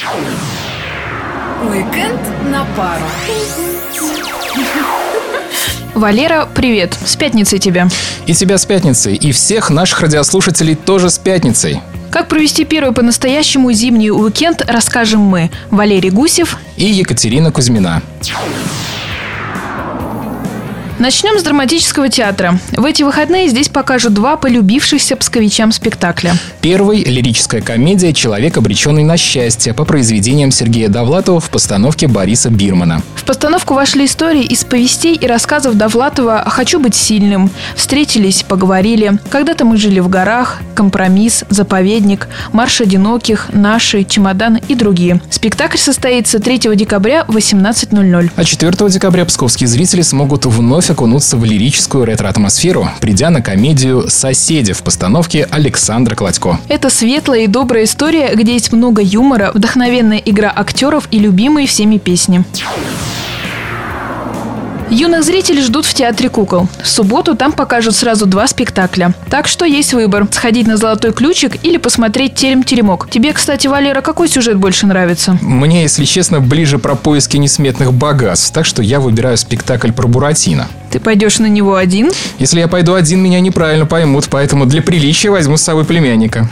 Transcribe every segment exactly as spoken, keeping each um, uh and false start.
Уикенд на пару. Валера, привет. С пятницей тебя. И тебя с пятницей. И всех наших радиослушателей тоже с пятницей. Как провести первый по-настоящему зимний уикенд, расскажем мы. Валерий Гусев и Екатерина Кузьмина. Начнем с драматического театра. В эти выходные здесь покажут два полюбившихся псковичам спектакля. Первый – лирическая комедия «Человек, обреченный на счастье» по произведениям Сергея Довлатова в постановке Бориса Бирмана. В постановку вошли истории из повестей и рассказов Довлатова «Хочу быть сильным», «Встретились, поговорили», «Когда-то мы жили в горах», «Компромисс», «Заповедник», «Марш одиноких», «Наши», «Чемодан» и другие. Спектакль состоится третьего декабря в восемнадцать ноль ноль. А четвертого декабря псковские зрители смогут вновь окунуться в лирическую ретро-атмосферу, придя на комедию «Соседи» в постановке Александра Кладько. Это светлая и добрая история, где есть много юмора, вдохновенная игра актеров и любимые всеми песни. Юных зрителей ждут в Театре кукол. В субботу там покажут сразу два спектакля. Так что есть выбор – сходить на «Золотой ключик» или посмотреть «Терем-теремок». Тебе, кстати, Валера, какой сюжет больше нравится? Мне, если честно, ближе про поиски несметных богатств, так что я выбираю спектакль про Буратино. Ты пойдешь на него один? Если я пойду один, меня неправильно поймут, поэтому для приличия возьму с собой племянника.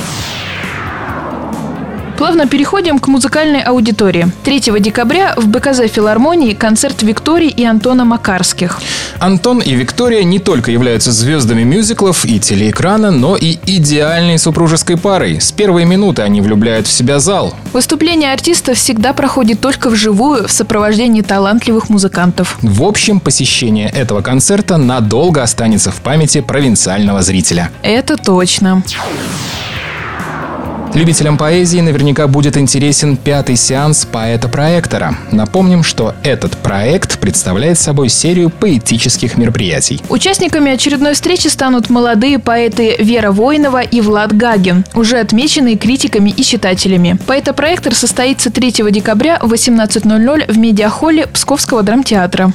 Плавно переходим к музыкальной аудитории. третьего декабря в бэ ка зэ филармонии концерт Виктории и Антона Макарских. Антон и Виктория не только являются звездами мюзиклов и телеэкрана, но и идеальной супружеской парой. С первой минуты они влюбляют в себя зал. Выступление артистов всегда проходит только вживую в сопровождении талантливых музыкантов. В общем, посещение этого концерта надолго останется в памяти провинциального зрителя. Это точно. Любителям поэзии наверняка будет интересен пятый сеанс поэта-проектора. Напомним, что этот проект представляет собой серию поэтических мероприятий. Участниками очередной встречи станут молодые поэты Вера Воинова и Влад Гагин, уже отмеченные критиками и читателями. Поэта-проектор состоится третьего декабря в восемнадцать ноль ноль в медиахолле Псковского драмтеатра.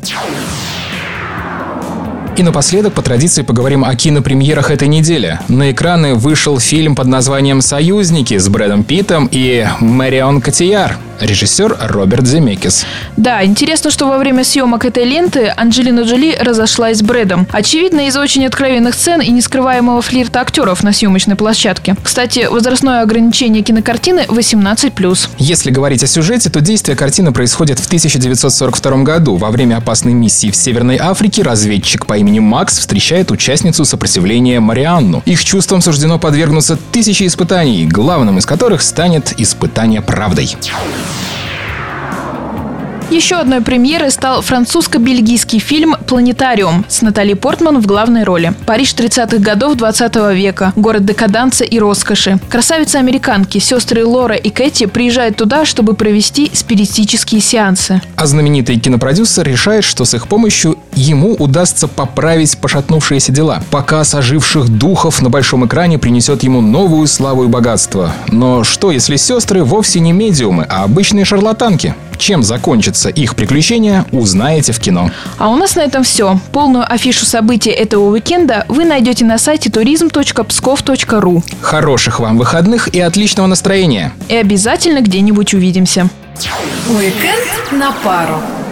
И напоследок, по традиции, поговорим о кинопремьерах этой недели. На экраны вышел фильм под названием «Союзники» с Брэдом Питтом и Марион Котийяр. Режиссер Роберт Земекис. Да, интересно, что во время съемок этой ленты Анджелина Джоли разошлась с Брэдом. Очевидно, из-за очень откровенных сцен и нескрываемого флирта актеров на съемочной площадке. Кстати, возрастное ограничение кинокартины восемнадцать плюс. Если говорить о сюжете, то действие картины происходит в тысяча девятьсот сорок втором году. Во время опасной миссии в Северной Африке разведчик по имени Макс встречает участницу сопротивления Марианну. Их чувствам суждено подвергнуться тысяче испытаний, главным из которых станет испытание правдой. Еще одной премьерой стал французско-бельгийский фильм «Планетариум» с Натали Портман в главной роли. Париж тридцатых годов двадцатого века. Город декаданса и роскоши. Красавицы-американки, сестры Лора и Кэти приезжают туда, чтобы провести спиритические сеансы. А знаменитый кинопродюсер решает, что с их помощью ему удастся поправить пошатнувшиеся дела. Показ оживших духов на большом экране принесет ему новую славу и богатство. Но что, если сестры вовсе не медиумы, а обычные шарлатанки? Чем закончатся их приключения, узнаете в кино. А у нас на этом все. Полную афишу событий этого уикенда вы найдете на сайте туризм точка псков точка ру. Хороших вам выходных и отличного настроения. И обязательно где-нибудь увидимся. Уикенд на пару.